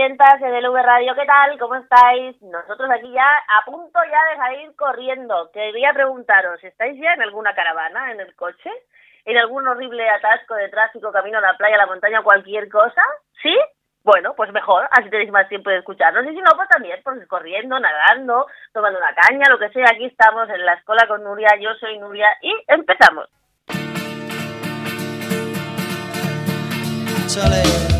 oyentas de DLV Radio, ¿qué tal? ¿Cómo estáis? Nosotros aquí ya a punto ya de salir corriendo. Quería preguntaros, ¿estáis ya en alguna caravana, en el coche? ¿En algún horrible atasco de tráfico, camino a la playa, a la montaña, cualquier cosa? ¿Sí? Bueno, pues mejor, así tenéis más tiempo de escucharnos. Y si no, pues también, pues corriendo, nadando, tomando una caña, lo que sea. Aquí estamos en la escuela con Nuria, yo soy Nuria y empezamos. Chale.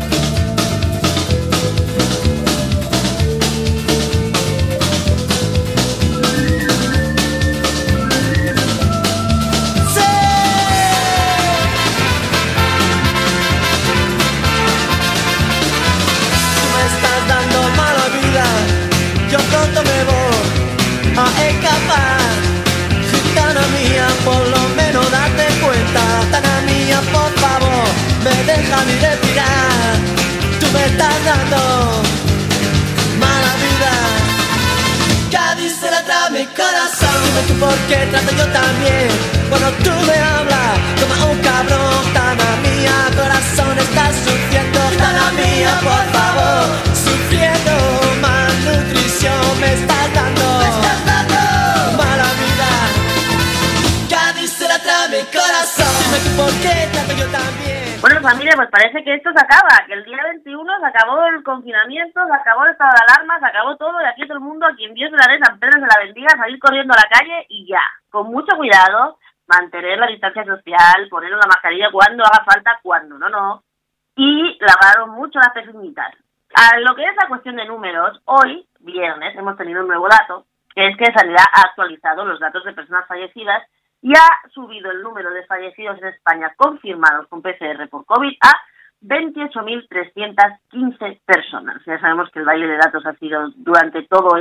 Yo pronto me voy a escapar. Gitana mía, por lo menos date cuenta. Gitana mía, por favor, me deja ni respirar. Tú me estás dando mala vida. Cádiz se la trae mi corazón. Dime tú por qué trato yo también. Cuando tú me hablas como un cabrón. Gitana mía, corazón, estás sufriendo. Gitana mía, por favor, sufriendo. Malnutrición me estás dando mala vida. Cádiz se la trae mi corazón. Dime tú por qué trato yo también. Bueno, familia, pues parece que esto se acaba, que el día 21 se acabó el confinamiento, se acabó el estado de alarma, se acabó todo, y aquí todo el mundo, a quien Dios se la dé, San Pedro se la bendiga, salir corriendo a la calle y ya, con mucho cuidado, mantener la distancia social, ponernos la mascarilla cuando haga falta, cuando no, y lavaros mucho las pestañitas. A lo que es la cuestión de números, hoy, viernes, hemos tenido un nuevo dato, que es que Sanidad ha actualizado los datos de personas fallecidas y ha subido el número de fallecidos en España confirmados con PCR por COVID a 28.315 personas. Ya sabemos que el baile de datos ha sido durante toda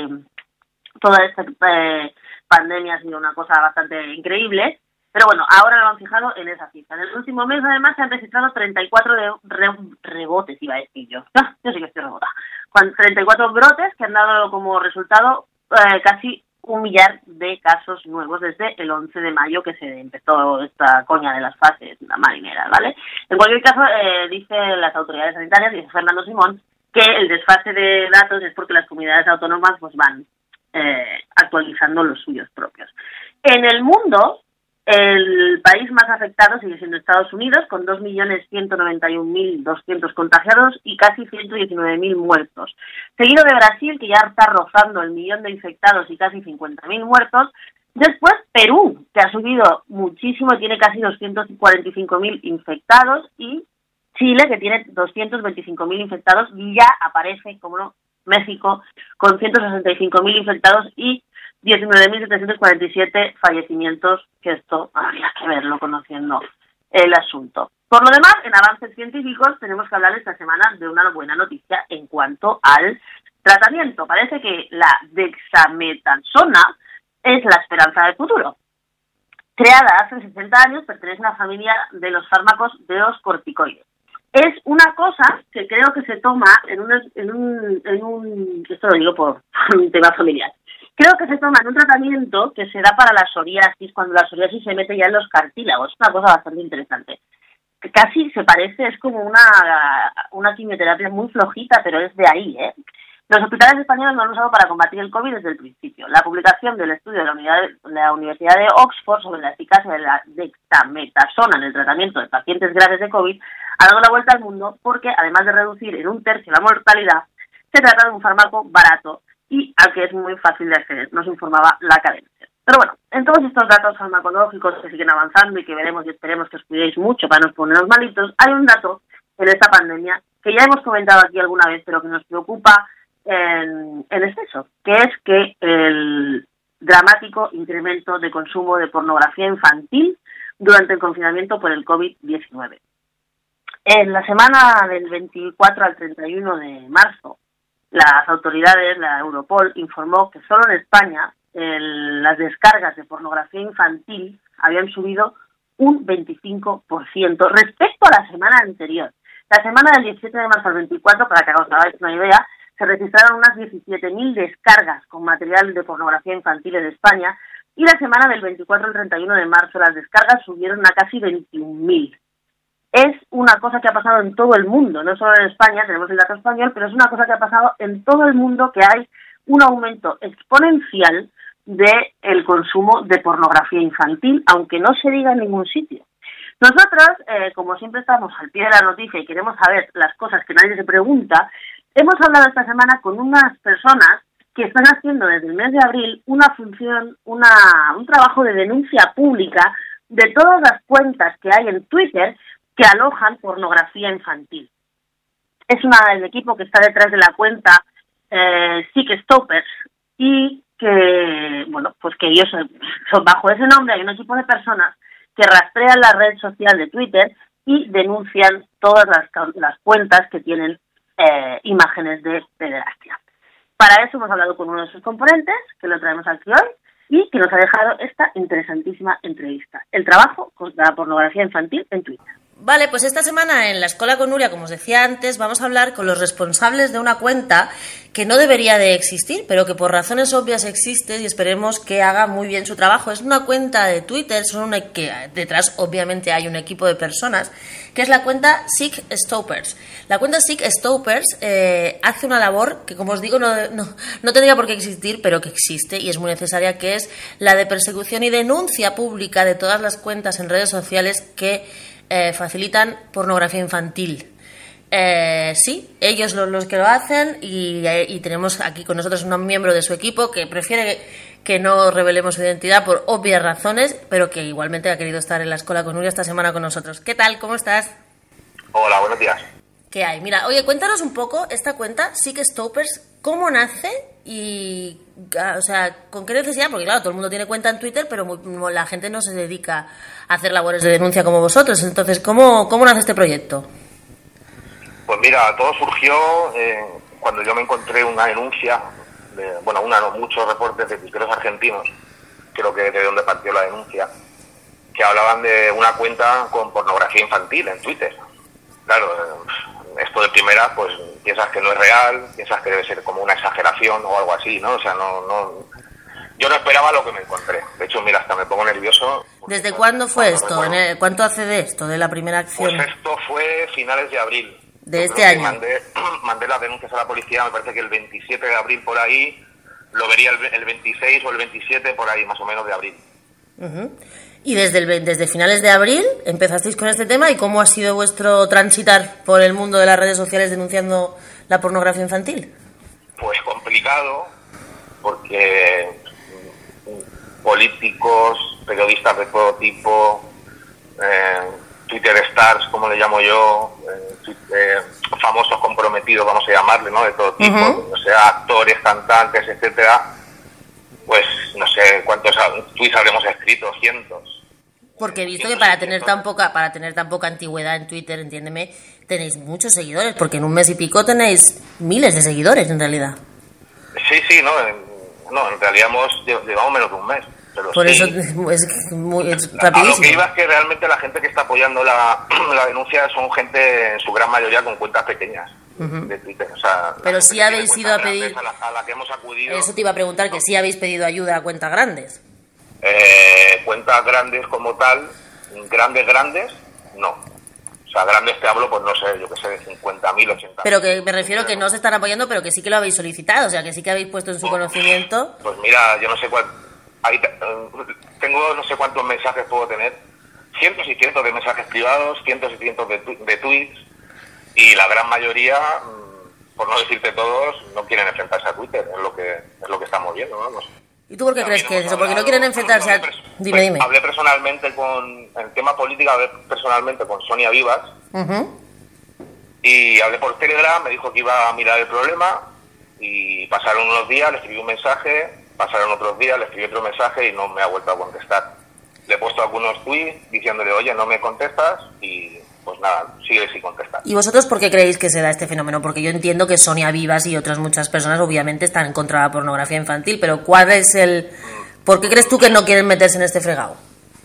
esta pandemia ha sido una cosa bastante increíble, pero bueno, ahora lo han fijado en esa cifra. En el último mes, además, se han registrado 34 rebotes, iba a decir yo. Yo sí que estoy rebota. 34 brotes que han dado como resultado casi 1 millar de casos nuevos desde el 11 de mayo que se empezó esta coña de las fases marineras, ¿vale? En cualquier caso, dicen las autoridades sanitarias, dice Fernando Simón, que el desfase de datos es porque las comunidades autónomas pues van actualizando los suyos propios. En el mundo, el país más afectado sigue siendo Estados Unidos, con 2.191.200 contagiados y casi 119.000 muertos. Seguido de Brasil, que ya está rozando el 1.000.000 de infectados y casi 50.000 muertos. Después Perú, que ha subido muchísimo, tiene casi 245.000 infectados. Y Chile, que tiene 225.000 infectados. Y ya aparece, como no, México, con 165.000 infectados y 19.747 fallecimientos, que esto habría que verlo conociendo el asunto. Por lo demás, en avances científicos tenemos que hablar esta semana de una buena noticia en cuanto al tratamiento. Parece que la dexametasona es la esperanza del futuro. Creada hace 60 años, pertenece a la familia de los fármacos de los corticoides. Es una cosa que creo que se toma en un esto lo digo por un tema familiar. Creo que se toma en un tratamiento que se da para la psoriasis, cuando la psoriasis se mete ya en los cartílagos. Es una cosa bastante interesante. Que casi se parece, es como una quimioterapia muy flojita, pero es de ahí, ¿eh? Los hospitales españoles lo han usado para combatir el COVID desde el principio. La publicación del estudio de la Universidad de Oxford sobre la eficacia de la dexametasona en el tratamiento de pacientes graves de COVID ha dado la vuelta al mundo porque, además de reducir en 1/3 la mortalidad, se trata de un fármaco barato y al que es muy fácil de acceder, nos informaba la cadena. Pero bueno, en todos estos datos farmacológicos que siguen avanzando y que veremos y esperemos que os cuidéis mucho para no ponernos malitos, hay un dato en esta pandemia que ya hemos comentado aquí alguna vez, pero que nos preocupa en exceso, que es que el dramático incremento de consumo de pornografía infantil durante el confinamiento por el COVID-19. En la semana del 24 al 31 de marzo, las autoridades, la Europol, informó que solo en España las descargas de pornografía infantil habían subido un 25% respecto a la semana anterior. La semana del 17 de marzo al 24, para que os hagáis una idea, se registraron unas 17.000 descargas con material de pornografía infantil en España, y la semana del 24 al 31 de marzo las descargas subieron a casi 21.000. es una cosa que ha pasado en todo el mundo, no solo en España, tenemos el dato español, pero es una cosa que ha pasado en todo el mundo, que hay un aumento exponencial del consumo de pornografía infantil, aunque no se diga en ningún sitio. Nosotros, como siempre estamos al pie de la noticia y queremos saber las cosas que nadie se pregunta, hemos hablado esta semana con unas personas que están haciendo desde el mes de abril un trabajo de denuncia pública de todas las cuentas que hay en Twitter que alojan pornografía infantil. Es el equipo que está detrás de la cuenta Sick Stoppers, y que, bueno, pues que ellos son bajo ese nombre, hay un equipo de personas que rastrean la red social de Twitter y denuncian todas las cuentas que tienen imágenes de pederastia. Para eso hemos hablado con uno de sus componentes, que lo traemos aquí hoy, y que nos ha dejado esta interesantísima entrevista. El trabajo contra la pornografía infantil en Twitter. Vale, pues esta semana en La Escola con Nuria, como os decía antes, vamos a hablar con los responsables de una cuenta que no debería de existir, pero que por razones obvias existe y esperemos que haga muy bien su trabajo. Es una cuenta de Twitter, que detrás obviamente hay un equipo de personas, que es la cuenta Sick Stoppers. La cuenta Sick Stoppers hace una labor que, como os digo, no tendría por qué existir, pero que existe y es muy necesaria, que es la de persecución y denuncia pública de todas las cuentas en redes sociales que facilitan pornografía infantil. Sí, ellos los que lo hacen, y tenemos aquí con nosotros un miembro de su equipo que prefiere que no revelemos su identidad por obvias razones, pero que igualmente ha querido estar en La Escola con Nuria esta semana con nosotros. ¿Qué tal? ¿Cómo estás? Hola, buenos días. ¿Qué hay? Mira, oye, cuéntanos un poco esta cuenta, Sick Stoppers, ¿cómo nace? Y, o sea, ¿con qué necesidad? Porque claro, todo el mundo tiene cuenta en Twitter, pero la gente no se dedica a hacer labores de denuncia como vosotros. Entonces, ¿cómo nace este proyecto? Pues mira, todo surgió cuando yo me encontré una denuncia, muchos reportes de tuiteros argentinos, creo que de donde partió la denuncia, que hablaban de una cuenta con pornografía infantil en Twitter. Claro, esto de primera, pues piensas que no es real, piensas que debe ser como una exageración o algo así, ¿no? O sea, yo no esperaba lo que me encontré. De hecho, mira, hasta me pongo nervioso. ¿Desde cuándo fue esto? ¿Cuánto hace de esto, de la primera acción? Pues esto fue finales de abril. ¿De este año? Mandé las denuncias a la policía, me parece que el 27 de abril por ahí, lo vería el 26 o el 27 por ahí, más o menos de abril. Uh-huh. Y desde finales de abril empezasteis con este tema, ¿y cómo ha sido vuestro transitar por el mundo de las redes sociales denunciando la pornografía infantil? Pues complicado, porque políticos, periodistas de todo tipo, Twitter stars, como le llamo yo, famosos comprometidos, vamos a llamarle, ¿no? De todo tipo, uh-huh. O sea, actores, cantantes, etcétera. Pues no sé cuántos tweets habremos escrito, cientos. Porque he visto que para tener tan poca antigüedad en Twitter, entiéndeme, tenéis muchos seguidores, porque en un mes y pico tenéis miles de seguidores en realidad. Sí, no, en realidad llevamos menos de un mes. Pero por sí, eso es rapidísimo. A lo que iba es que realmente la gente que está apoyando la denuncia son gente, en su gran mayoría, con cuentas pequeñas. Uh-huh. De Twitter, o sea, pero sí habéis ido a pedir a la que hemos acudido. Eso te iba a preguntar, que sí habéis pedido ayuda a cuentas grandes. Cuentas grandes como tal, grandes, no. O sea, grandes te hablo, pues no sé, yo que sé, de 50.000, 80.000. Pero que me refiero que no se están apoyando, pero que sí que lo habéis solicitado, o sea, que sí que habéis puesto en su conocimiento. Pues mira, yo no sé tengo no sé cuántos mensajes puedo tener, cientos y cientos de mensajes privados, cientos y cientos de tweets, y la gran mayoría, por no decirte todos, no quieren enfrentarse a Twitter, es lo que estamos viendo, vamos. ¿Y tú por qué crees que es eso? ¿Porque no quieren enfrentarse a...? Dime. Hablé personalmente en el tema político, con Sonia Vivas, uh-huh. Y hablé por Telegram, me dijo que iba a mirar el problema, y pasaron unos días, le escribí un mensaje, pasaron otros días, le escribí otro mensaje y no me ha vuelto a contestar. Le he puesto algunos tweets diciéndole, oye, no me contestas, y pues nada, sigue sin contestar. ¿Y vosotros por qué creéis que se da este fenómeno? Porque yo entiendo que Sonia Vivas y otras muchas personas obviamente están en contra de la pornografía infantil, pero ¿cuál es ¿por qué crees tú que no quieren meterse en este fregado?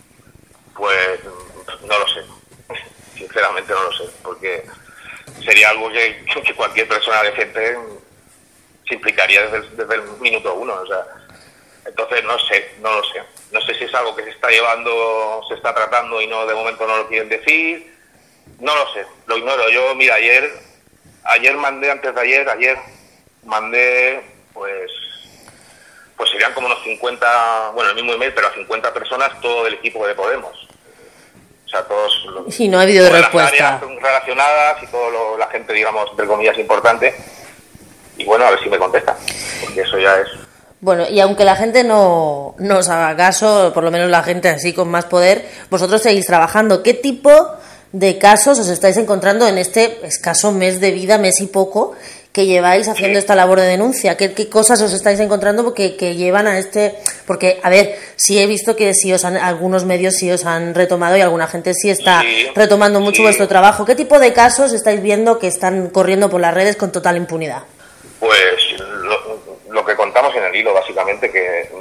Pues no lo sé, sinceramente no lo sé, porque sería algo que cualquier persona decente se implicaría desde el minuto uno, o sea, entonces no lo sé. No sé si es algo que se está tratando y de momento no lo quieren decir, No lo sé, lo ignoro. Yo, mira, ayer mandé, pues serían como unos 50, bueno, el mismo email, pero a 50 personas, todo el equipo de Podemos. O sea, todos... Sí, no ha habido respuesta. Las áreas relacionadas y la gente, digamos, entre comillas, importante. Y bueno, a ver si me contesta, porque eso ya es... Bueno, y aunque la gente no os haga caso, por lo menos la gente así con más poder, vosotros seguís trabajando. ¿Qué tipo de casos os estáis encontrando en este escaso mes de vida, mes y poco, que lleváis haciendo esta labor de denuncia? ¿Qué cosas os estáis encontrando que llevan a este...? Porque, a ver, sí he visto que algunos medios sí os han retomado y alguna gente sí está retomando mucho vuestro trabajo. ¿Qué tipo de casos estáis viendo que están corriendo por las redes con total impunidad? Pues lo que contamos en el hilo, básicamente, que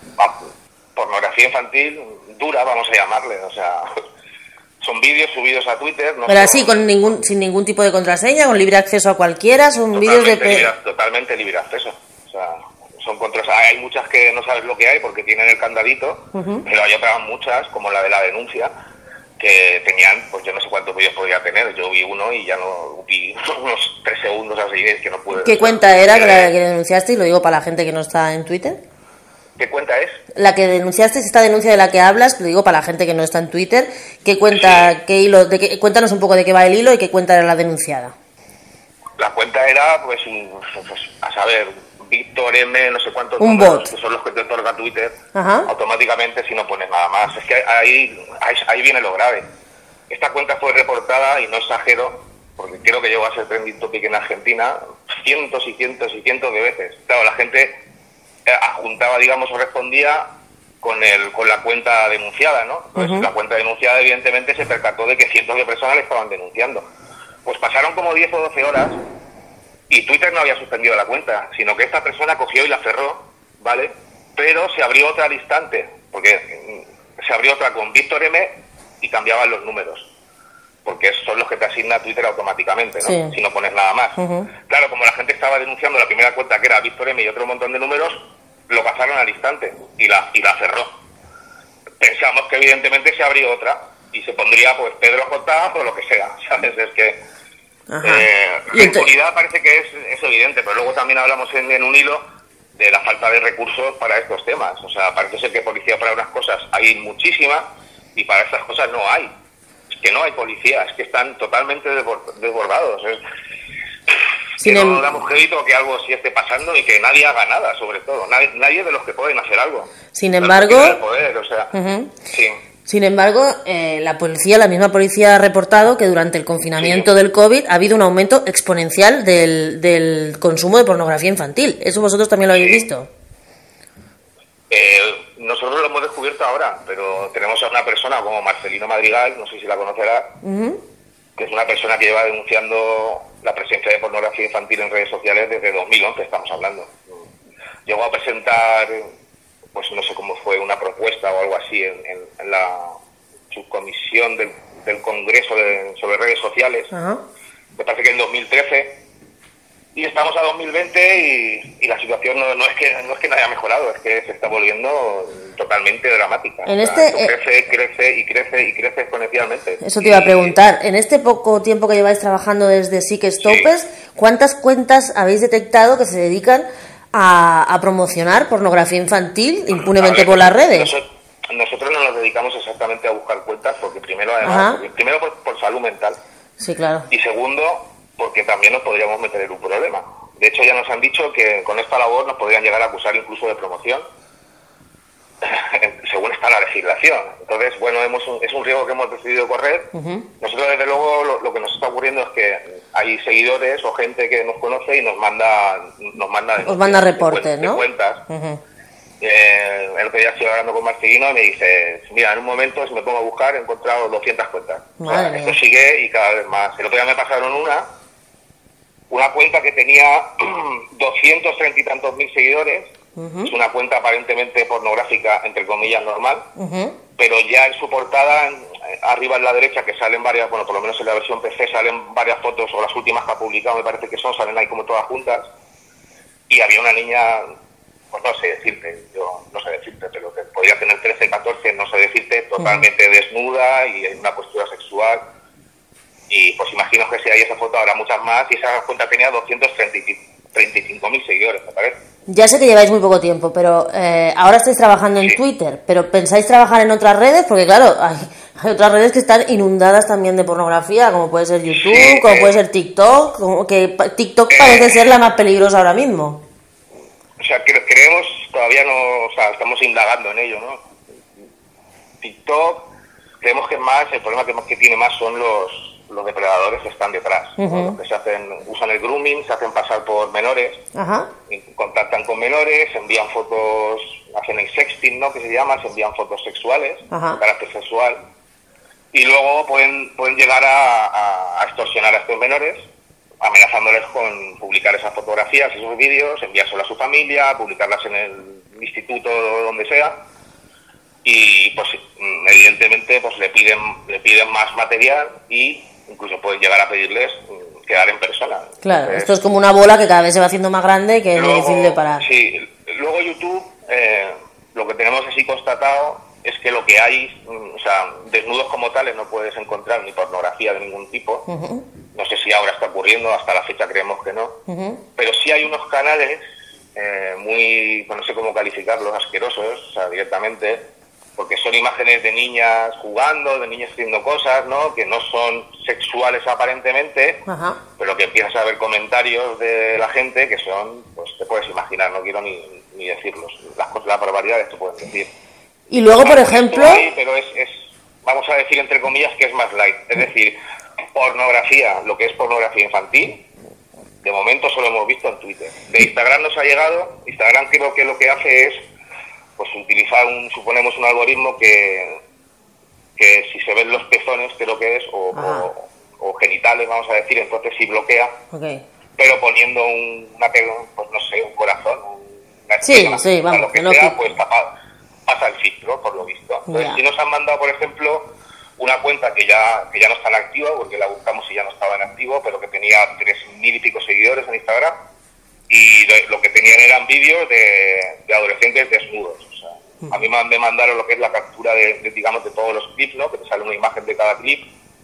pornografía infantil dura, vamos a llamarle, o sea... Son vídeos subidos a Twitter. Pero así, sin ningún tipo de contraseña, con libre acceso a cualquiera, son vídeos de... Totalmente libre acceso. O sea, son hay muchas que no sabes lo que hay porque tienen el candadito, pero hay otras muchas, como la de la denuncia, que tenían, pues yo no sé cuántos vídeos podría tener. Yo vi uno y ya no vi unos 3 segundos así, es que no pude... ¿Qué cuenta era la que denunciaste? Y lo digo para la gente que no está en Twitter. ¿Qué cuenta es? La que denunciaste, esta denuncia de la que hablas, lo digo para la gente que no está en Twitter, ¿qué cuenta, qué hilo, cuéntanos un poco de qué va el hilo y qué cuenta era la denunciada? La cuenta era, pues a saber, Víctor M, no sé cuántos un números, bot, que son los que te otorga Twitter, Ajá. automáticamente si no pones nada más. Es que ahí viene lo grave. Esta cuenta fue reportada, y no exagero, porque creo que llegó a ser trending topic en Argentina, cientos y cientos y cientos de veces. Claro, la gente... adjuntaba, digamos, o respondía con la cuenta denunciada, ¿no? Pues la cuenta denunciada, evidentemente, se percató de que cientos de personas le estaban denunciando. Pues pasaron como 10 o 12 horas y Twitter no había suspendido la cuenta, sino que esta persona cogió y la cerró, ¿vale? Pero se abrió otra al instante, porque se abrió otra con Víctor M y cambiaban los números, porque son los que te asigna Twitter automáticamente, ¿no? Sí. Si no pones nada más. Claro, como la gente estaba denunciando la primera cuenta, que era Víctor M y otro montón de números, lo pasaron al instante y la cerró. Pensamos que evidentemente se abrió otra y se pondría, pues, Pedro J o lo que sea, ¿sabes? Es que la impunidad parece que es evidente, pero luego también hablamos en un hilo de la falta de recursos para estos temas. O sea, parece ser que policía para unas cosas hay muchísima y para estas cosas no hay. Que no hay policía, es que están totalmente desbordados. Que no damos crédito a que algo así esté pasando y que nadie haga nada, sobre todo. Nadie de los que pueden hacer algo. Sin embargo, poder, o sea, sí. Sin embargo, la misma policía ha reportado que durante el confinamiento del COVID ha habido un aumento exponencial del consumo de pornografía infantil. ¿Eso vosotros también lo habéis visto? Nosotros lo hemos descubierto ahora, pero tenemos a una persona como Marcelino Madrigal, no sé si la conocerás, que es una persona que lleva denunciando la presencia de pornografía infantil en redes sociales desde 2011, estamos hablando. Llegó a presentar, pues no sé cómo fue, una propuesta o algo así en la subcomisión del Congreso sobre redes sociales, me parece que en 2013. Y estamos a 2020 y la situación no es que no haya mejorado, es que se está volviendo totalmente dramática. Crece exponencialmente. Eso te iba a preguntar. En este poco tiempo que lleváis trabajando desde Sí que Stopes, ¿cuántas cuentas habéis detectado que se dedican a promocionar pornografía infantil impunemente por las redes? Nosotros no nos dedicamos exactamente a buscar cuentas porque primero por salud mental. Sí, claro. Y segundo, porque también nos podríamos meter en un problema. De hecho, ya nos han dicho que con esta labor nos podrían llegar a acusar incluso de promoción, según está la legislación. Entonces, bueno, es un riesgo que hemos decidido correr. Nosotros, desde luego, lo que nos está ocurriendo es que hay seguidores o gente que nos conoce y nos manda reportes, ¿no? De cuentas. El que ya estoy hablando con Marcelino y me dice, mira, en un momento, si me pongo a buscar, he encontrado 200 cuentas. O sea, esto sigue y cada vez más. El otro día me pasaron una cuenta que tenía 230 y tantos mil seguidores. Es una cuenta aparentemente pornográfica, entre comillas, normal, pero ya en su portada, arriba en la derecha, que salen varias, bueno, por lo menos en la versión PC salen varias fotos, o las últimas que ha publicado, me parece que salen ahí como todas juntas, y había una niña, pues no sé decirte, pero que podría tener 13, 14, no sé decirte, totalmente desnuda y en una postura sexual, y Y pues imagino que si hay esa foto habrá muchas más, y esa cuenta tenía 235.000 seguidores, me parece. Ya sé que lleváis muy poco tiempo, pero ahora estáis trabajando en Twitter, pero ¿pensáis trabajar en otras redes? Porque claro, hay otras redes que están inundadas también de pornografía, como puede ser YouTube, como puede ser TikTok, como que TikTok parece ser la más peligrosa ahora mismo. O sea, creemos, todavía no, o sea, estamos indagando en ello, ¿no? TikTok, creemos que más, el problema que tiene más son los depredadores que están detrás, ¿no? Los que usan el grooming, se hacen pasar por menores, contactan con menores, envían fotos, hacen el sexting, ¿no? Que se llama, se envían fotos sexuales, de carácter sexual, y luego pueden llegar a extorsionar a estos menores, amenazándoles con publicar esas fotografías, esos vídeos, enviárselas a su familia, publicarlas en el instituto o donde sea, y pues evidentemente pues le piden más material, y incluso pueden llegar a pedirles quedar en persona. Claro, entonces, esto es como una bola que cada vez se va haciendo más grande y que es muy difícil de parar. Sí, luego YouTube, lo que tenemos así constatado es que lo que hay, o sea, desnudos como tales no puedes encontrar, ni pornografía de ningún tipo. No sé si ahora está ocurriendo, hasta la fecha creemos que no. Pero sí hay unos canales muy, no sé cómo calificarlos, asquerosos, o sea, directamente, porque son imágenes de niñas jugando, de niñas haciendo cosas, ¿no? Que no son sexuales aparentemente, pero que empiezas a ver comentarios de la gente que son, pues te puedes imaginar, no quiero ni decirlos, las barbaridades que pueden decir. Y luego, por ejemplo... Pero es, vamos a decir entre comillas, que es más light. Es decir, pornografía, lo que es pornografía infantil, de momento solo hemos visto en Twitter. De Instagram nos ha llegado. Instagram creo que lo que hace es pues utilizar suponemos un algoritmo que si se ven los pezones, creo que es, o genitales, vamos a decir, entonces sí bloquea, pero poniendo pues no sé, un corazón, una estrella, vamos, lo que sea, pues pasa el filtro, por lo visto. Entonces, si nos han mandado, por ejemplo, una cuenta que ya no está en activo, porque la buscamos y ya no estaba en activo, pero que tenía 3.000 y pico seguidores en Instagram, y lo que tenían eran vídeos de adolescentes desnudos. O sea, a mí me mandaron lo que es la captura de todos los clips, ¿no? Que te sale una imagen de cada clip,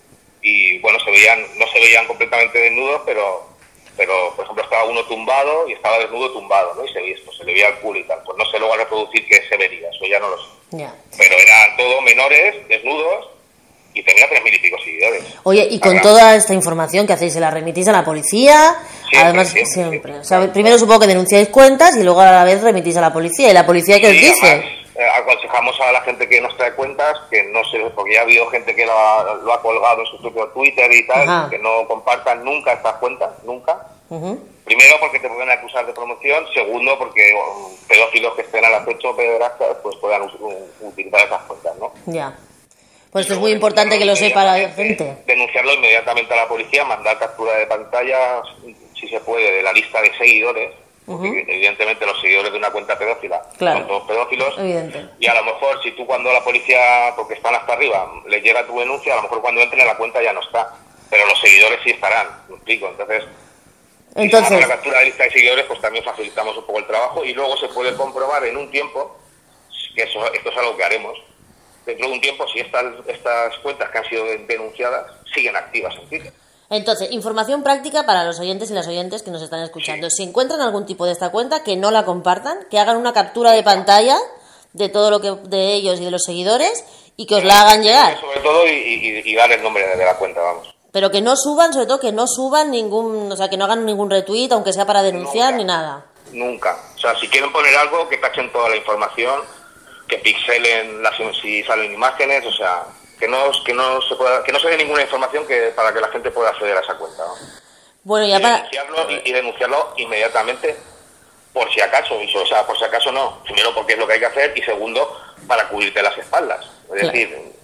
y bueno, no se veían completamente desnudos, pero por ejemplo estaba uno tumbado y estaba desnudo tumbado, ¿no? Y se le veía el culo y tal. Pues no sé luego a reproducir qué se vería, eso ya no lo sé. Pero eran todos menores, desnudos, y tenía 3.000 y pico seguidores. Oye, y con toda esta información que hacéis, ¿se la remitís a la policía? Además, siempre. O sea, primero supongo que denunciáis cuentas y luego a la vez remitís a la policía. ¿Y la policía qué os dice? Además, aconsejamos a la gente que nos trae cuentas que no se, porque ya ha habido gente que lo ha colgado en su propio Twitter y tal, que no compartan nunca estas cuentas, nunca. Primero porque te pueden acusar de promoción, segundo porque pedófilos que estén al acecho, pederastas, pues puedan utilizar esas cuentas, ¿no? Ya. Pues esto es muy importante que lo sepa la gente. Denunciarlo inmediatamente a la policía, mandar captura de pantalla, si se puede, de la lista de seguidores, porque evidentemente los seguidores de una cuenta pedófila son todos pedófilos, y a lo mejor si tú cuando la policía, porque están hasta arriba, le llega tu denuncia, a lo mejor cuando entren en la cuenta ya no está, pero los seguidores sí estarán, me explico. Entonces si la captura de lista de seguidores, pues también facilitamos un poco el trabajo, y luego se puede comprobar en un tiempo, que esto es algo que haremos, dentro de un tiempo, si estas cuentas que han sido denunciadas siguen activas en Twitter. Entonces, información práctica para los oyentes y las oyentes que nos están escuchando. Si encuentran algún tipo de esta cuenta, que no la compartan, que hagan una captura de pantalla de todo lo que de ellos y de los seguidores, y que os la hagan llegar. Sobre todo, y dar el nombre de la cuenta, vamos. Pero que no suban, sobre todo que no suban ningún, o sea, que no hagan ningún retweet, aunque sea para denunciar, ni nada. Nunca. O sea, si quieren poner algo, que tachen toda la información, que pixelen si salen imágenes, o sea, que no se dé ninguna información para que la gente pueda acceder a esa cuenta, ¿no? Bueno, ya denunciarlo inmediatamente, por si acaso, o sea, por si acaso no, primero porque es lo que hay que hacer, y segundo, para cubrirte las espaldas. Es decir,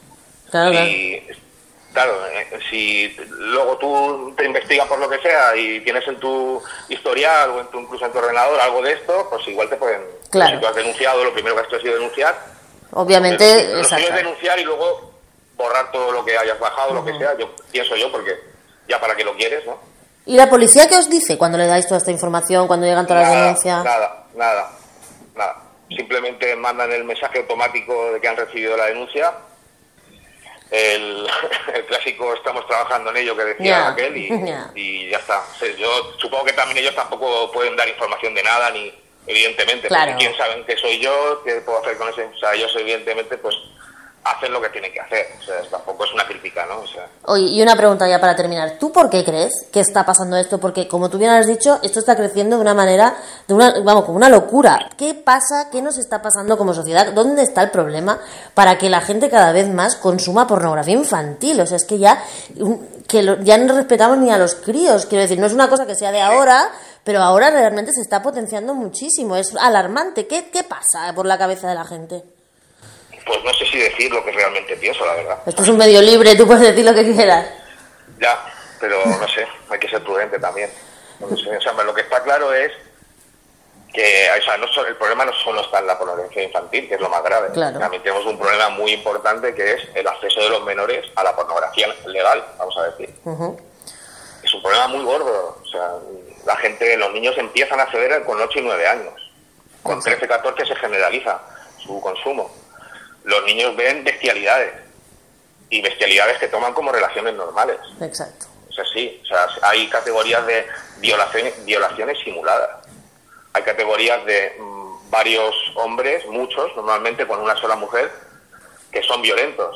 si luego tú te investigas por lo que sea y tienes en tu historial o incluso en tu ordenador algo de esto, pues igual te pueden... Claro. Si tú has denunciado, lo primero que has hecho ha sido denunciar. Obviamente, lo suyo es denunciar y luego borrar todo lo que hayas bajado, lo que sea, pienso yo, porque ya para qué lo quieres, ¿no? ¿Y la policía qué os dice cuando le dais toda esta información, cuando llegan todas las denuncias? Nada. Simplemente mandan el mensaje automático de que han recibido la denuncia, el clásico estamos trabajando en ello que decía aquel y ya está. O sea, yo supongo que también ellos tampoco pueden dar información de nada, ni evidentemente, claro. Porque quién saben que soy yo, qué puedo hacer con ese, o sea, ellos evidentemente pues hacen lo que tienen que hacer, o sea, tampoco es una crítica, ¿no? O sea. Oye, y una pregunta ya para terminar, ¿tú por qué crees que está pasando esto? Porque como tú bien has dicho, esto está creciendo de una manera, como una locura. ¿Qué pasa? ¿Qué nos está pasando como sociedad? ¿Dónde está el problema para que la gente cada vez más consuma pornografía infantil? O sea, es que ya no respetamos ni a los críos, quiero decir, no es una cosa que sea de ahora, pero ahora realmente se está potenciando muchísimo, es alarmante. ¿Qué pasa por la cabeza de la gente? Pues no sé si decir lo que realmente pienso, la verdad. Esto es un medio libre, tú puedes decir lo que quieras. Ya, pero no sé, hay que ser prudente también. No sé, o sea, lo que está claro es que, o sea, el problema no solo está en la pornografía infantil, que es lo más grave. Claro. También tenemos un problema muy importante que es el acceso de los menores a la pornografía legal, vamos a decir. Uh-huh. Es un problema muy gordo. O sea, los niños empiezan a acceder con 8 y 9 años. Con 13, 14 se generaliza su consumo. Los niños ven bestialidades y bestialidades que toman como relaciones normales. Exacto. O sea, sí, o sea, hay categorías de violaciones simuladas. Hay categorías de varios hombres, muchos, normalmente con una sola mujer, que son violentos.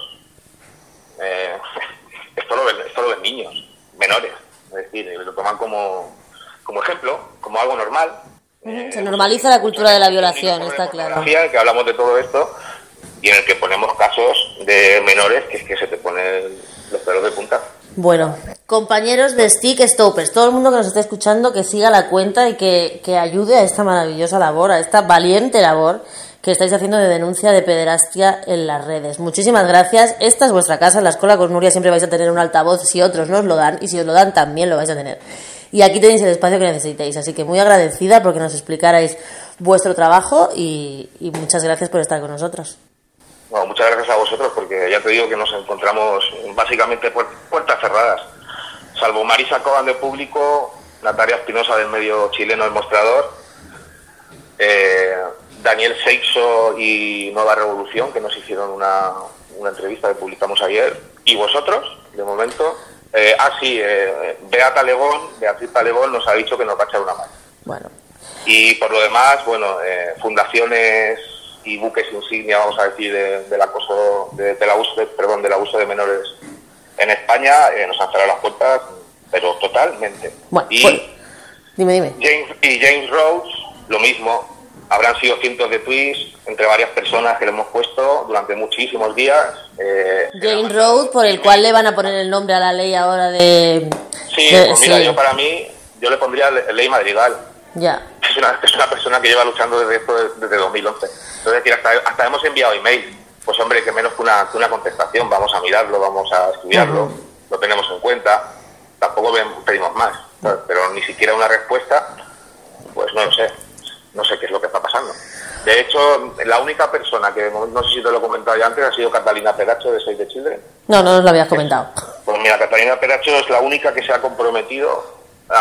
Esto lo ven niños, menores. Es decir, lo toman como ejemplo, como algo normal. Se normaliza la cultura de la violación, está claro. Que hablamos de todo esto y en el que ponemos casos de menores que es que se te ponen los pelos de punta. Bueno, compañeros de Stick Stoppers, todo el mundo que nos esté escuchando que siga la cuenta y que ayude a esta maravillosa labor, a esta valiente labor que estáis haciendo de denuncia de pederastia en las redes. Muchísimas gracias. Esta es vuestra casa, en la Escola con Nuria siempre vais a tener un altavoz si otros no os lo dan, y si os lo dan también lo vais a tener. Y aquí tenéis el espacio que necesitéis, así que muy agradecida porque nos explicarais vuestro trabajo y muchas gracias por estar con nosotros. Bueno, muchas gracias a vosotros porque ya te digo que nos encontramos básicamente puertas cerradas. Salvo Marisa Coban de Público, Natalia Espinosa del medio chileno El Mostrador, Daniel Seixo y Nueva Revolución, que nos hicieron una entrevista que publicamos ayer, y vosotros, de momento. Beatriz Talegón nos ha dicho que nos va a echar una mano. Bueno. Y por lo demás, bueno, fundaciones y buques insignia, vamos a decir, del abuso de menores en España, nos han cerrado las puertas, pero totalmente. Bueno, y pues, dime. James Rhodes, lo mismo. Habrán sido cientos de tweets entre varias personas que le hemos puesto durante muchísimos días. James Rhodes, por el cual le van a poner el nombre a la ley ahora de... Sí, pues mira, yo le pondría ley Madrigal. Ya. Es una persona que lleva luchando desde 2011. Entonces, hasta hemos enviado email. Pues hombre, que menos que una contestación. Vamos a mirarlo, vamos a estudiarlo, lo tenemos en cuenta. Tampoco pedimos más, ¿sabes? Pero ni siquiera una respuesta, pues no lo sé. No sé qué es lo que está pasando. De hecho, la única persona que, no sé si te lo he comentado ya antes, ha sido Catalina Peracho de Save the Children. No nos lo habías comentado. Pues mira, Catalina Peracho es la única que se ha comprometido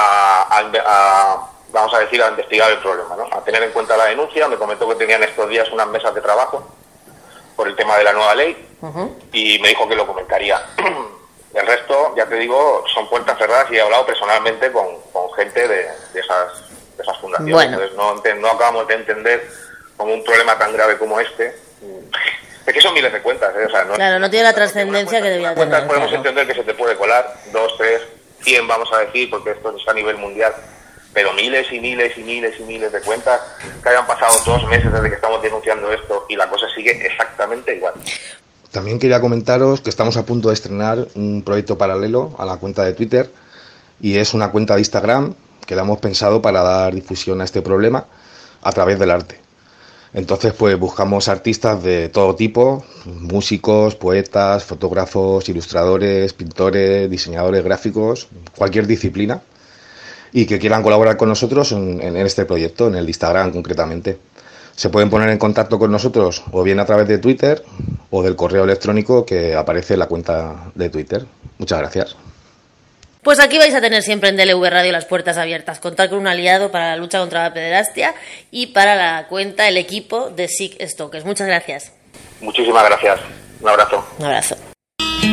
vamos a decir, a investigar el problema, ¿no? A tener en cuenta la denuncia. Me comentó que tenían estos días unas mesas de trabajo por el tema de la nueva ley y me dijo que lo comentaría. El resto, ya te digo, son puertas cerradas y he hablado personalmente con gente de esas fundaciones. Bueno. Entonces no acabamos de entender como un problema tan grave como este. Es que son miles de cuentas, ¿eh? O sea, no tiene la trascendencia que debía tener. Podemos entender que se te puede colar 2, 3, 100, vamos a decir, porque esto es a nivel mundial. Pero miles y miles y miles y miles de cuentas que hayan pasado 2 meses desde que estamos denunciando esto y la cosa sigue exactamente igual. También quería comentaros que estamos a punto de estrenar un proyecto paralelo a la cuenta de Twitter y es una cuenta de Instagram que la hemos pensado para dar difusión a este problema a través del arte. Entonces, pues buscamos artistas de todo tipo, músicos, poetas, fotógrafos, ilustradores, pintores, diseñadores gráficos, cualquier disciplina, y que quieran colaborar con nosotros en este proyecto, en el Instagram concretamente. Se pueden poner en contacto con nosotros o bien a través de Twitter o del correo electrónico que aparece en la cuenta de Twitter. Muchas gracias. Pues aquí vais a tener siempre en DLV Radio las puertas abiertas. Contar con un aliado para la lucha contra la pederastia y para la cuenta, el equipo de Stick Stoppers. Muchas gracias. Muchísimas gracias. Un abrazo. Un abrazo.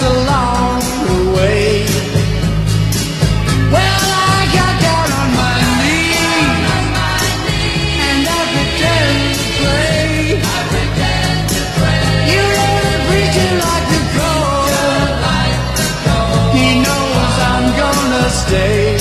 just along the way. Well, I got down on my knees and I pretend to pray. You know the preacher like to go. He knows I'm gonna stay.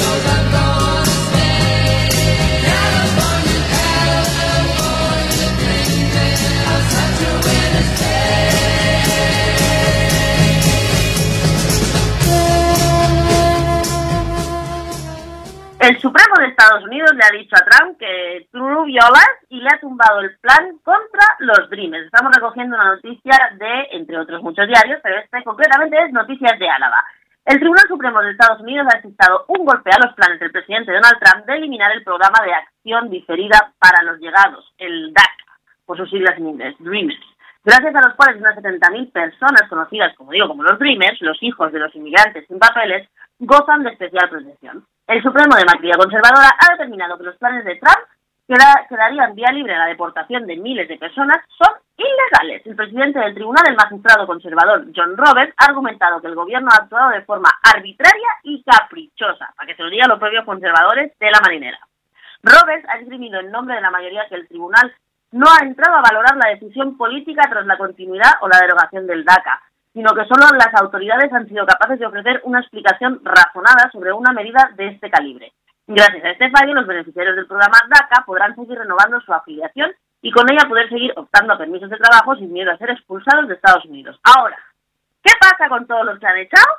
El Supremo de Estados Unidos le ha dicho a Trump que tú violas y le ha tumbado el plan contra los Dreamers. Estamos recogiendo una noticia de, entre otros muchos diarios, pero este concretamente es Noticias de Álava. El Tribunal Supremo de Estados Unidos ha asestado un golpe a los planes del presidente Donald Trump de eliminar el programa de acción diferida para los llegados, el DACA, por sus siglas en inglés, Dreamers, gracias a los cuales unas 70.000 personas conocidas, como digo, como los Dreamers, los hijos de los inmigrantes sin papeles, gozan de especial protección. El Supremo de mayoría conservadora ha determinado que los planes de Trump que darían vía libre a la deportación de miles de personas son ilegales. El presidente del tribunal, el magistrado conservador John Roberts, ha argumentado que el gobierno ha actuado de forma arbitraria y caprichosa, para que se lo digan los propios conservadores de la marinera. Roberts ha esgrimido en nombre de la mayoría que el tribunal no ha entrado a valorar la decisión política tras la continuidad o la derogación del DACA, sino que solo las autoridades han sido capaces de ofrecer una explicación razonada sobre una medida de este calibre. Gracias a este fallo, los beneficiarios del programa DACA podrán seguir renovando su afiliación y con ella poder seguir optando a permisos de trabajo sin miedo a ser expulsados de Estados Unidos. Ahora, ¿qué pasa con todos los que han echado?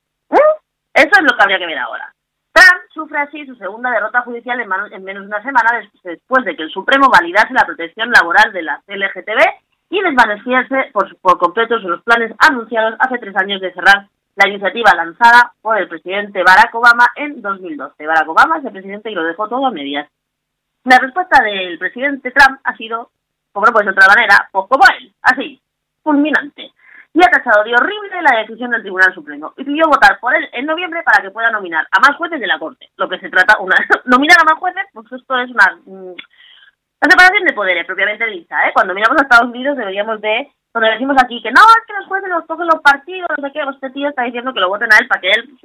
Eso es lo que habría que ver ahora. Trump sufre así su segunda derrota judicial en menos de una semana después de que el Supremo validase la protección laboral de la LGTB y desvaneciese por completo sus planes anunciados hace 3 años de cerrar la iniciativa lanzada por el presidente Barack Obama en 2012. Barack Obama es el presidente y lo dejó todo a medias. La respuesta del presidente Trump ha sido, como no puede ser de otra manera, pues como él, así, fulminante. Y ha tachado de horrible la decisión del Tribunal Supremo y pidió votar por él en noviembre para que pueda nominar a más jueces de la Corte. Lo que se trata, nominar a más jueces, pues esto es una separación de poderes propiamente dicha, ¿eh? Cuando miramos a Estados Unidos deberíamos de, cuando decimos aquí que no, es que los jueces los cogen los partidos, no sé qué, este tío está diciendo que lo voten a él para que él,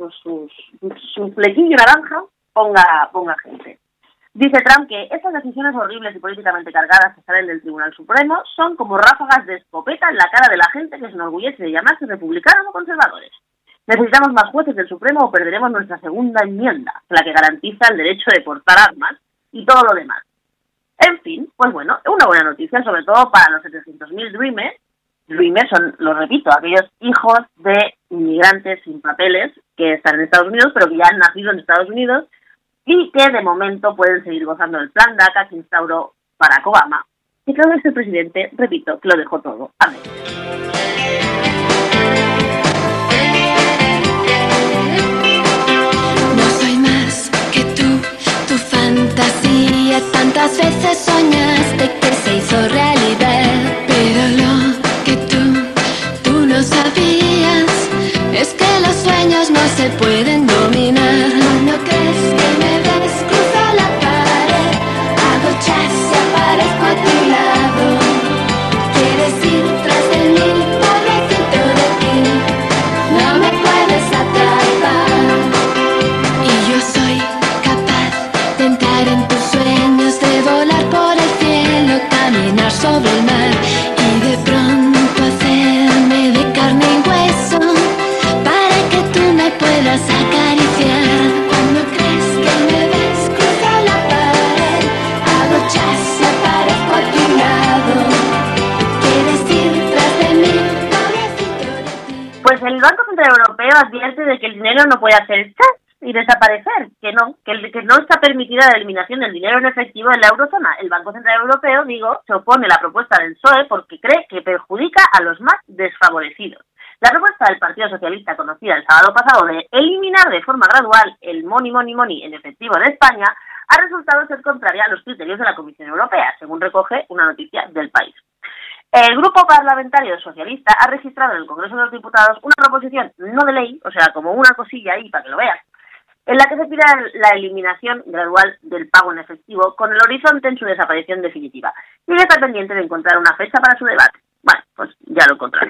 su flequillo naranja, ponga gente. Dice Trump que estas decisiones horribles y políticamente cargadas que salen del Tribunal Supremo son como ráfagas de escopeta en la cara de la gente que se enorgullece de llamarse republicanos o conservadores. Necesitamos más jueces del Supremo o perderemos nuestra segunda enmienda, la que garantiza el derecho de portar armas y todo lo demás. En fin, pues bueno, una buena noticia, sobre todo para los 700.000 Dreamers. Dreamers son, lo repito, aquellos hijos de inmigrantes sin papeles que están en Estados Unidos, pero que ya han nacido en Estados Unidos y que de momento pueden seguir gozando del plan DACA que instauró Barack Obama. Y creo que este presidente, repito, que lo dejó todo. Amén. No soy más que tú, tu fantasía. Tantas veces soñaste que se hizo realidad, pero lo que tú no sabías es que los sueños no se pueden dominar. ¿No crees que me ves? Cruzo la pared, hago chas y aparezco a tu lado. Quieres ir tras de mí, pobrecito de ti, no me puedes atrapar. Y yo soy capaz de entrar en tus sueños, de volar por el cielo, caminar sobre el mar y de pronto hacerme de carne y hueso para que tú me puedas acariciar. Cuando crees que me ves, cruzo la pared, hago chas y aparezco a tu lado. Quieres ir tras de mí, pobrecito de ti. Pues el Banco Central Europeo advierte de que el dinero no puede hacer chas y desaparecer, que no está permitida la eliminación del dinero en efectivo en la eurozona. El Banco Central Europeo, se opone a la propuesta del PSOE porque cree que perjudica a los más desfavorecidos. La propuesta del Partido Socialista, conocida el sábado pasado, de eliminar de forma gradual el money en efectivo en España, ha resultado ser contraria a los criterios de la Comisión Europea, según recoge una noticia del País. El grupo parlamentario socialista ha registrado en el Congreso de los Diputados una proposición no de ley, o sea, como una cosilla ahí para que lo veas, en la que se pide la eliminación gradual del pago en efectivo con el horizonte en su desaparición definitiva. Y ya está pendiente de encontrar una fecha para su debate. Bueno, pues ya lo encontrarán.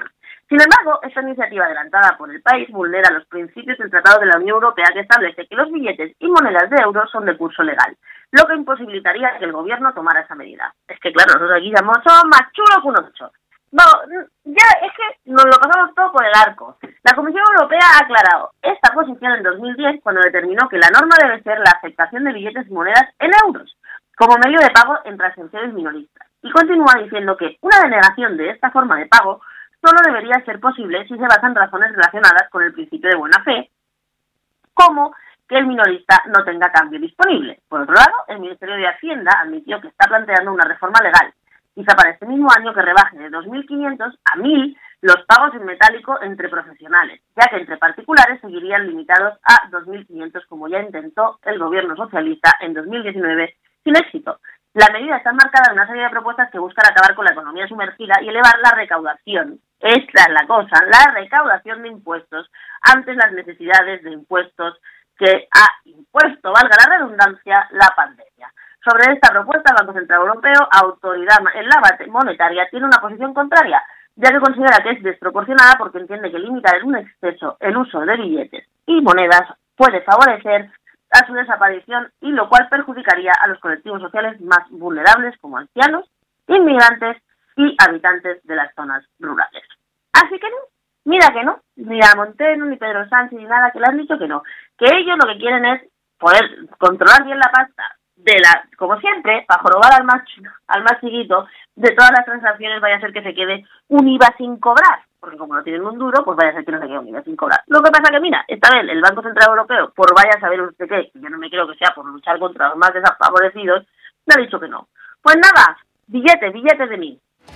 Sin embargo, esta iniciativa adelantada por el país vulnera los principios del Tratado de la Unión Europea, que establece que los billetes y monedas de euros son de curso legal, lo que imposibilitaría que el gobierno tomara esa medida. Es que claro, nosotros aquí somos más chulos que un ocho. No, ya es que nos lo pasamos todo por el arco. La Comisión Europea ha aclarado esta posición en 2010 cuando determinó que la norma debe ser la aceptación de billetes y monedas en euros como medio de pago en transacciones minoristas. Y continúa diciendo que una denegación de esta forma de pago solo debería ser posible si se basan razones relacionadas con el principio de buena fe, como que el minorista no tenga cambio disponible. Por otro lado, el Ministerio de Hacienda admitió que está planteando una reforma legal, quizá para este mismo año, que rebaje de 2.500 a 1.000 los pagos en metálico entre profesionales, ya que entre particulares seguirían limitados a 2.500, como ya intentó el gobierno socialista en 2019 sin éxito. La medida está enmarcada en una serie de propuestas que buscan acabar con la economía sumergida y elevar la recaudación. Esta es la cosa, la recaudación de impuestos ante las necesidades de impuestos que ha impuesto, valga la redundancia, la pandemia. Sobre esta propuesta, el Banco Central Europeo, autoridad en la monetaria, tiene una posición contraria, ya que considera que es desproporcionada porque entiende que limitar en un exceso el uso de billetes y monedas puede favorecer a su desaparición, y lo cual perjudicaría a los colectivos sociales más vulnerables como ancianos, inmigrantes y habitantes de las zonas rurales. Así que no, mira que no, ni a Monteno, ni Pedro Sánchez, ni nada, que le han dicho que no, que ellos lo que quieren es poder controlar bien la pasta, como siempre, para jorobar al más chiquito, de todas las transacciones vaya a ser que se quede un IVA sin cobrar, porque como no tienen un duro, pues vaya a ser que no se quede un IVA sin cobrar. Lo que pasa que, mira, esta vez el Banco Central Europeo, por vaya a saber usted qué, yo no me creo que sea por luchar contra los más desfavorecidos, le ha dicho que no. Pues nada, billetes de 1.000.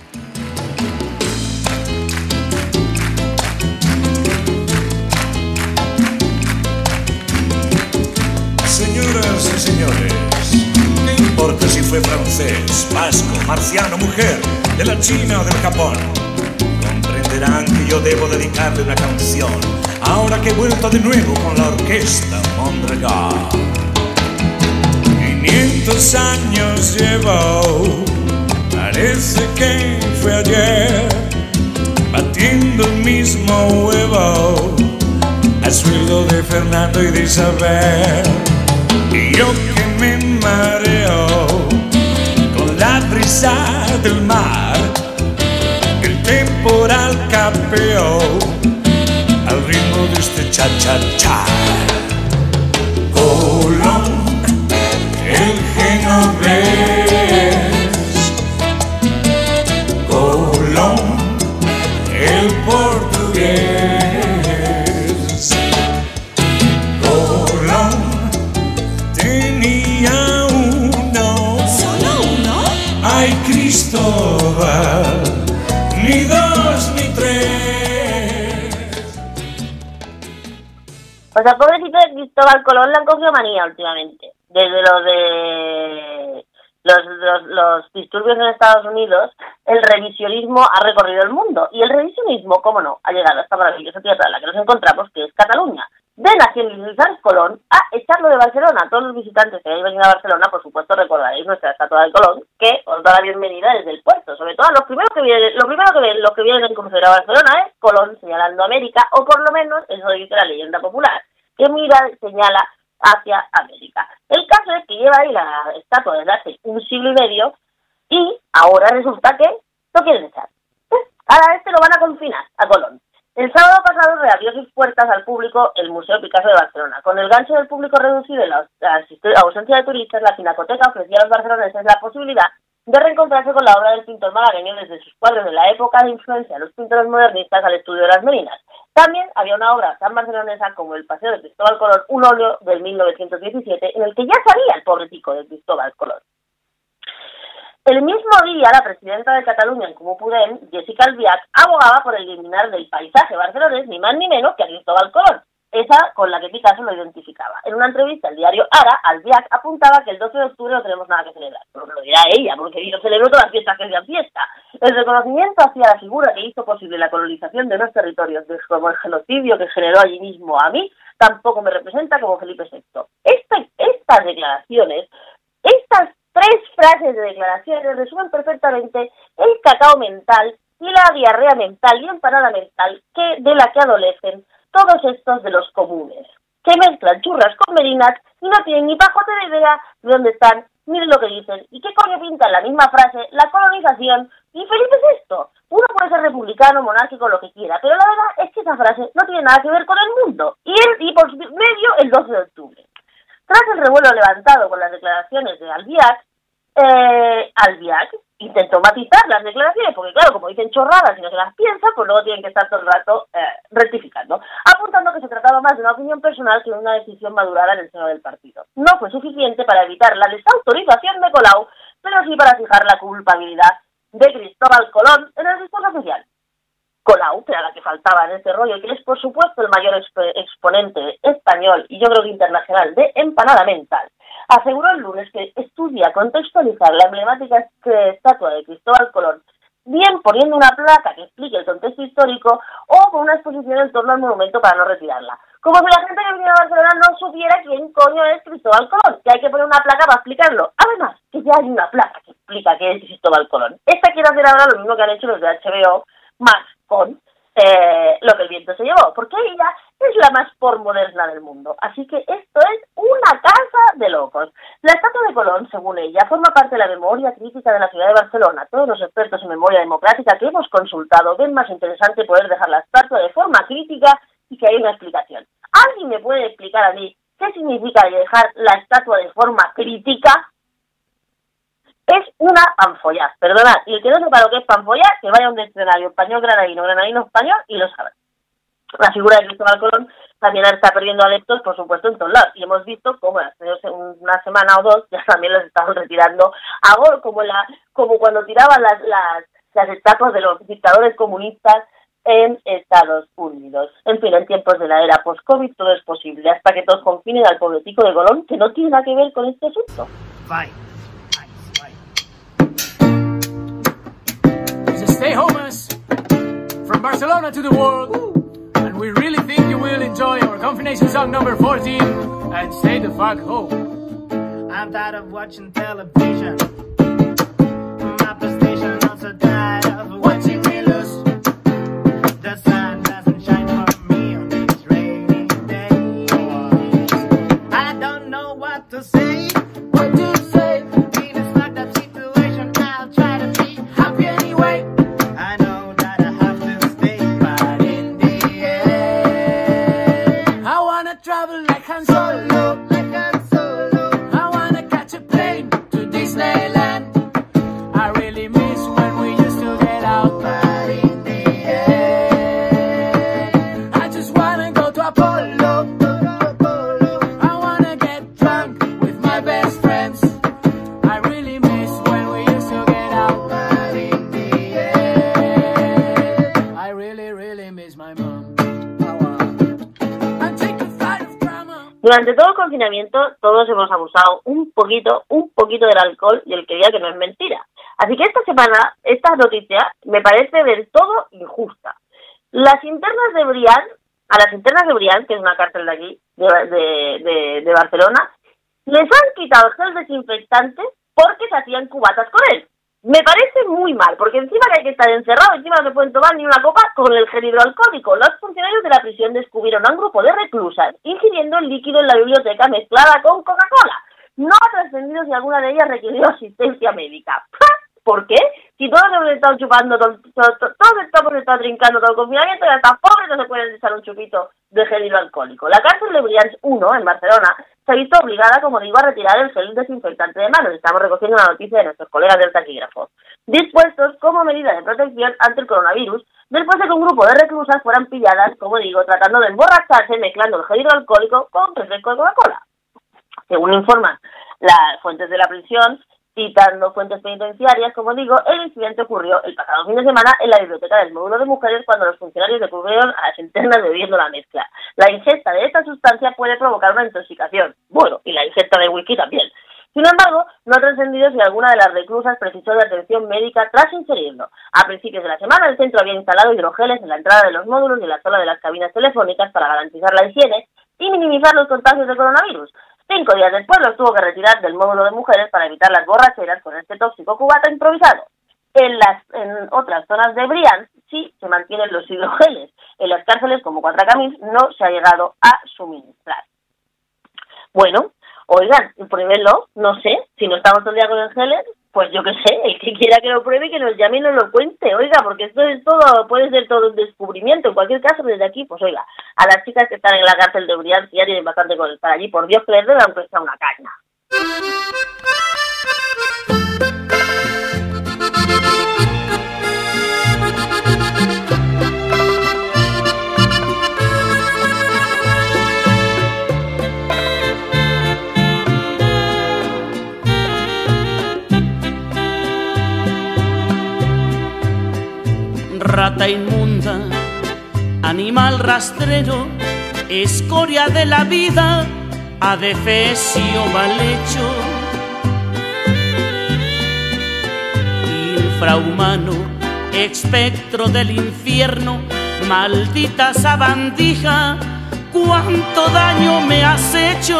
Señoras y señores, ¿qué importa si fue francés, vasco, marciano, mujer, de la China o del Japón? Comprenderán que yo debo dedicarle una canción, ahora que he vuelto de nuevo con la orquesta Mondragón. 500 años llevo, parece que fue ayer, batiendo el mismo huevo al sueldo de Fernando y de Isabel. Y yo que me mareo con la brisa del mar, el temporal capeó al ritmo de este cha-cha-cha. Colón, el genovés, Colón, el portugués. Cristóbal, ni dos ni tres. Pues al pobrecito de Cristóbal Colón le han cogido manía últimamente. Desde lo de los disturbios en Estados Unidos, el revisionismo ha recorrido el mundo. Y el revisionismo, cómo no, ha llegado a esta maravillosa tierra en la que nos encontramos, que es Cataluña. De nacionalizar Colón a echarlo de Barcelona. Todos los visitantes que hayáis venido a Barcelona, por supuesto, recordaréis nuestra estatua de Colón, que os da la bienvenida desde el puerto. Sobre todo, lo primero que ven los que vienen a conocer a Barcelona es Colón señalando América, o por lo menos, eso dice la leyenda popular, que señala hacia América. El caso es que lleva ahí la estatua desde hace un siglo y medio, y ahora resulta que lo quieren echar. Ahora lo van a confinar a Colón. El sábado pasado reabrió sus puertas al público el Museo Picasso de Barcelona. Con el gancho del público reducido y la ausencia de turistas, la Pinacoteca ofrecía a los barceloneses la posibilidad de reencontrarse con la obra del pintor malagueño desde sus cuadros de la época de influencia de los pintores modernistas al estudio de las Merinas. También había una obra tan barcelonesa como El Paseo de Cristóbal Colón, un óleo del 1917, en el que ya salía el pobre tico de Cristóbal Colón. El mismo día, la presidenta de Cataluña en Comú Podem, Jessica Albiach, abogaba por eliminar del paisaje barcelonés ni más ni menos que a Cristóbal Colón, esa con la que Picasso lo identificaba. En una entrevista al diario Ara, Albiach apuntaba que el 12 de octubre no tenemos nada que celebrar. Pero lo dirá ella, porque yo celebro todas las fiestas que sean fiesta. El reconocimiento hacia la figura que hizo posible la colonización de los territorios, como el genocidio que generó allí mismo a mí, tampoco me representa como Felipe VI. Estas declaraciones, estas 3 frases de declaraciones resumen perfectamente el cacao mental y la diarrea mental y empanada mental de la que adolecen todos estos de los comunes, que mezclan churras con merinas y no tienen ni pajote de idea de dónde están ni de lo que dicen. ¿Y qué coño pinta en la misma frase la colonización? Infeliz es esto. Uno puede ser republicano, monárquico, lo que quiera, pero la verdad es que esa frase no tiene nada que ver con el mundo. Y por medio el 12 de octubre. Tras el revuelo levantado con las declaraciones de Albiac intentó matizar las declaraciones, porque claro, como dicen chorradas y no se las piensa, pues luego tienen que estar todo el rato rectificando, apuntando que se trataba más de una opinión personal que de una decisión madurada en el seno del partido. No fue suficiente para evitar la desautorización de Colau, pero sí para fijar la culpabilidad de Cristóbal Colón en el discurso oficial. Colau, que era la que faltaba en este rollo, que es por supuesto el mayor exponente español y yo creo que internacional de empanada mental, aseguró el lunes que estudia contextualizar la emblemática estatua de Cristóbal Colón, bien poniendo una placa que explique el contexto histórico o con una exposición en torno al monumento para no retirarla. Como si la gente que viene a Barcelona no supiera quién coño es Cristóbal Colón, que hay que poner una placa para explicarlo. Además, que ya hay una placa que explica qué es Cristóbal Colón. Esta quiere hacer ahora lo mismo que han hecho los de HBO, más con lo que el viento se llevó, porque ella es la más postmoderna del mundo. Así que esto es una casa de locos. La estatua de Colón, según ella, forma parte de la memoria crítica de la ciudad de Barcelona. Todos los expertos en memoria democrática que hemos consultado ven más interesante poder dejar la estatua de forma crítica y que hay una explicación. ¿Alguien me puede explicar a mí qué significa dejar la estatua de forma crítica? Es una panfollaz, perdonad, y el que no sepa lo que es panfollaz, que vaya a un diccionario español, granadino español, y lo sabe. La figura de Cristóbal Colón también está perdiendo adeptos, por supuesto, en todos lados, y hemos visto cómo hace una semana o dos ya también los estaban retirando a gol, como cuando tiraban las estatuas de los dictadores comunistas en Estados Unidos. En fin, en tiempos de la era post-COVID todo es posible, hasta que todos confinen al pobre tico de Colón, que no tiene nada que ver con este asunto. Bye. Stay homers from Barcelona to the world, and we really think you will enjoy our confirmation song number 14, and stay the fuck home. I'm tired of watching television. My PlayStation also tired of watching me lose. The sun doesn't shine for me on these rainy days. I don't know what to say. What to say? In a stuck up situation, I'll try to be happy anyway. Travel like Han Solo, I wanna catch a plane to Disneyland. I really miss when we used to get out, but in the end, I just wanna go to Apollo. I wanna get drunk with my best friends. I really miss when we used to get out, but in the end, I really, really miss my mom. Durante todo el confinamiento todos hemos abusado un poquito del alcohol y el que diga que no es mentira. Así que esta semana, esta noticia me parece del todo injusta. A las internas de Brián, que es una cárcel de aquí, de Barcelona, les han quitado el gel desinfectante porque se hacían cubatas con él. Me parece muy mal, porque encima que hay que estar encerrado, encima no se pueden tomar ni una copa con el gel hidroalcohólico. Los funcionarios de la prisión descubrieron a un grupo de reclusas ingiriendo el líquido en la biblioteca mezclada con Coca-Cola. No ha trascendido si alguna de ellas requirió asistencia médica. ¿Por qué? Si todos hemos estado chupando, todos estamos trincando todo el confinamiento y hasta pobres no se pueden echar un chupito de gel hidroalcohólico. La cárcel de Brians 1, en Barcelona, se ha visto obligada, como digo, a retirar el gel desinfectante de manos. Estamos recogiendo una noticia de nuestros colegas del taquígrafo. Dispuestos como medida de protección ante el coronavirus, después de que un grupo de reclusas fueran pilladas, como digo, tratando de emborracharse mezclando el gel hidroalcohólico con refresco de Coca-Cola. Según informan las fuentes de la prisión, citando fuentes penitenciarias, como digo, el incidente ocurrió el pasado fin de semana en la biblioteca del módulo de mujeres cuando los funcionarios descubrieron a las internas bebiendo la mezcla. La ingesta de esta sustancia puede provocar una intoxicación. Bueno, y la ingesta de whisky también. Sin embargo, no ha trascendido si alguna de las reclusas precisó de atención médica tras ingerirlo. A principios de la semana, el centro había instalado hidrogeles en la entrada de los módulos y en la zona de las cabinas telefónicas para garantizar la higiene y minimizar los contagios de coronavirus. 5 días después los tuvo que retirar del módulo de mujeres para evitar las borracheras con este tóxico cubata improvisado. En otras zonas de Briansk sí se mantienen los hidrogeles. En las cárceles, como Cuatracamís, no se ha llegado a suministrar. Bueno, oigan, pruébenlo, no sé, si no estamos todo el día con el geles, pues yo qué sé, el que quiera que lo pruebe, que nos llame y nos lo cuente, oiga, porque esto es todo, puede ser todo un descubrimiento. En cualquier caso, desde aquí, pues oiga, a las chicas que están en la cárcel de Briansk ya tienen bastante con estar allí, por Dios que les den aunque sea una caña. Rata inmunda, animal rastrero, escoria de la vida, adefesio mal hecho, infrahumano, espectro del infierno, maldita sabandija, cuánto daño me has hecho.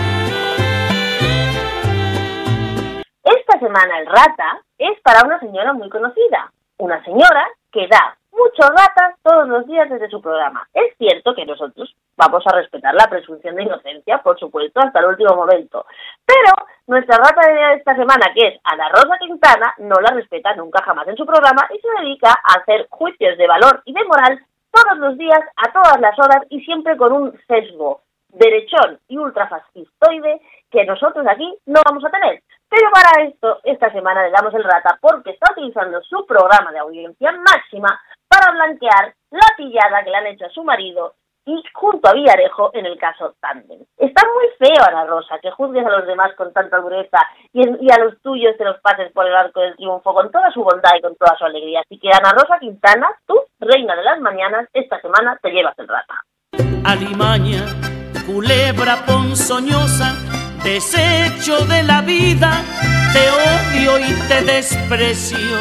Esta semana el rata es para una señora muy conocida, una señora que da muchos ratas todos los días desde su programa. Es cierto que nosotros vamos a respetar la presunción de inocencia, por supuesto, hasta el último momento. Pero nuestra rata de esta semana, que es Ana Rosa Quintana, no la respeta nunca jamás en su programa y se dedica a hacer juicios de valor y de moral todos los días, a todas las horas y siempre con un sesgo derechón y ultrafascistoide que nosotros aquí no vamos a tener. Pero para esto, esta semana le damos el rata porque está utilizando su programa de audiencia máxima para blanquear la pillada que le han hecho a su marido y junto a Villarejo en el caso Tándem. Está muy feo, Ana Rosa, que juzgues a los demás con tanta dureza y a los tuyos te los pases por el arco del triunfo con toda su bondad y con toda su alegría. Así que, Ana Rosa Quintana, tú, reina de las mañanas, esta semana te llevas el rata. Alimaña, culebra ponzoñosa, desecho de la vida, te odio y te desprecio.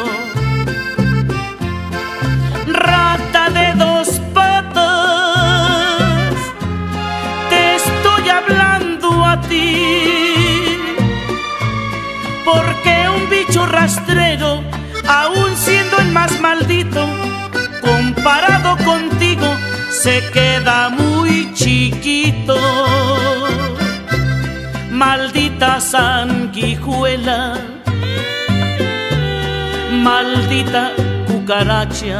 Rata de dos patas, te estoy hablando a ti, porque un bicho rastrero, aun siendo el más maldito, comparado contigo, se queda muy chiquito. Maldita sanguijuela, maldita cucaracha,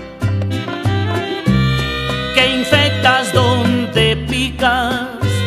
que infectas donde picas.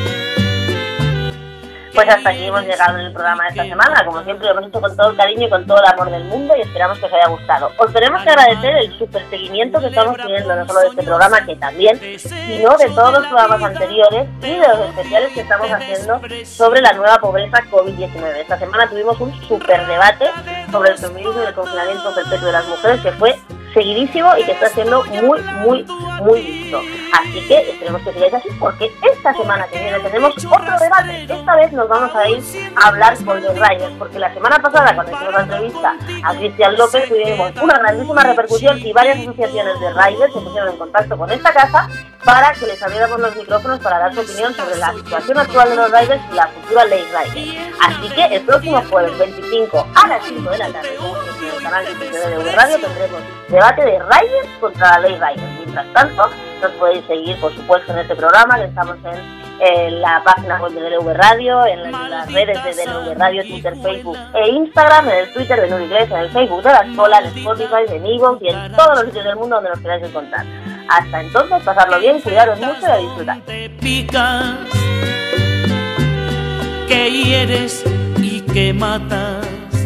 Pues hasta aquí hemos llegado en el programa de esta semana. Como siempre, lo hemos hecho con todo el cariño y con todo el amor del mundo y esperamos que os haya gustado. Os tenemos que agradecer el súper seguimiento que estamos teniendo, no solo de este programa, que también, sino de todos los programas anteriores y de los especiales que estamos haciendo sobre la nueva pobreza COVID-19. Esta semana tuvimos un súper debate sobre el feminismo y el confinamiento perpetuo de las mujeres, que fue seguidísimo y que está siendo muy, muy, muy visto. Así que esperemos que sigáis así, porque esta semana que viene tenemos otro debate. Esta vez nos vamos a ir a hablar por los Riders, porque la semana pasada, cuando hicimos la entrevista a Cristian López, tuvimos una grandísima repercusión y varias asociaciones de Riders se pusieron en contacto con esta casa para que les abriéramos los micrófonos para dar su opinión sobre la situación actual de los Riders y la futura ley Riders. Así que el próximo jueves 25 a las 5 de la tarde, como siempre, en el canal de V Radio tendremos debate de Riders contra la ley Riders. Mientras tanto, nos podéis seguir, por supuesto, en este programa, que estamos en la página web de DLV Radio, en las redes de DLV Radio, Twitter, Facebook e Instagram, en el Twitter de Nuri Iglesias, en el Facebook de La Escola, en Spotify, en iVoox y en todos los sitios del mundo donde nos queráis encontrar. Hasta entonces, pasarlo bien, cuidaros mucho y a disfrutar. Te picas, que hieres y que matas.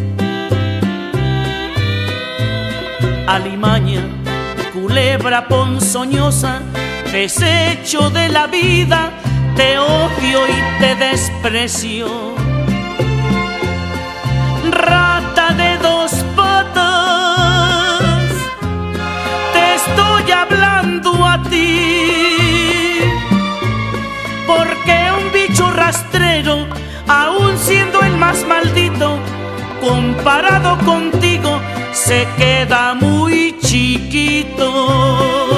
Alimaña, culebra ponzoñosa, desecho de la vida, te odio y te desprecio. Rata de dos patas, te estoy hablando a ti, porque un bicho rastrero, aun siendo el más maldito, comparado contigo, se queda muy chiquito.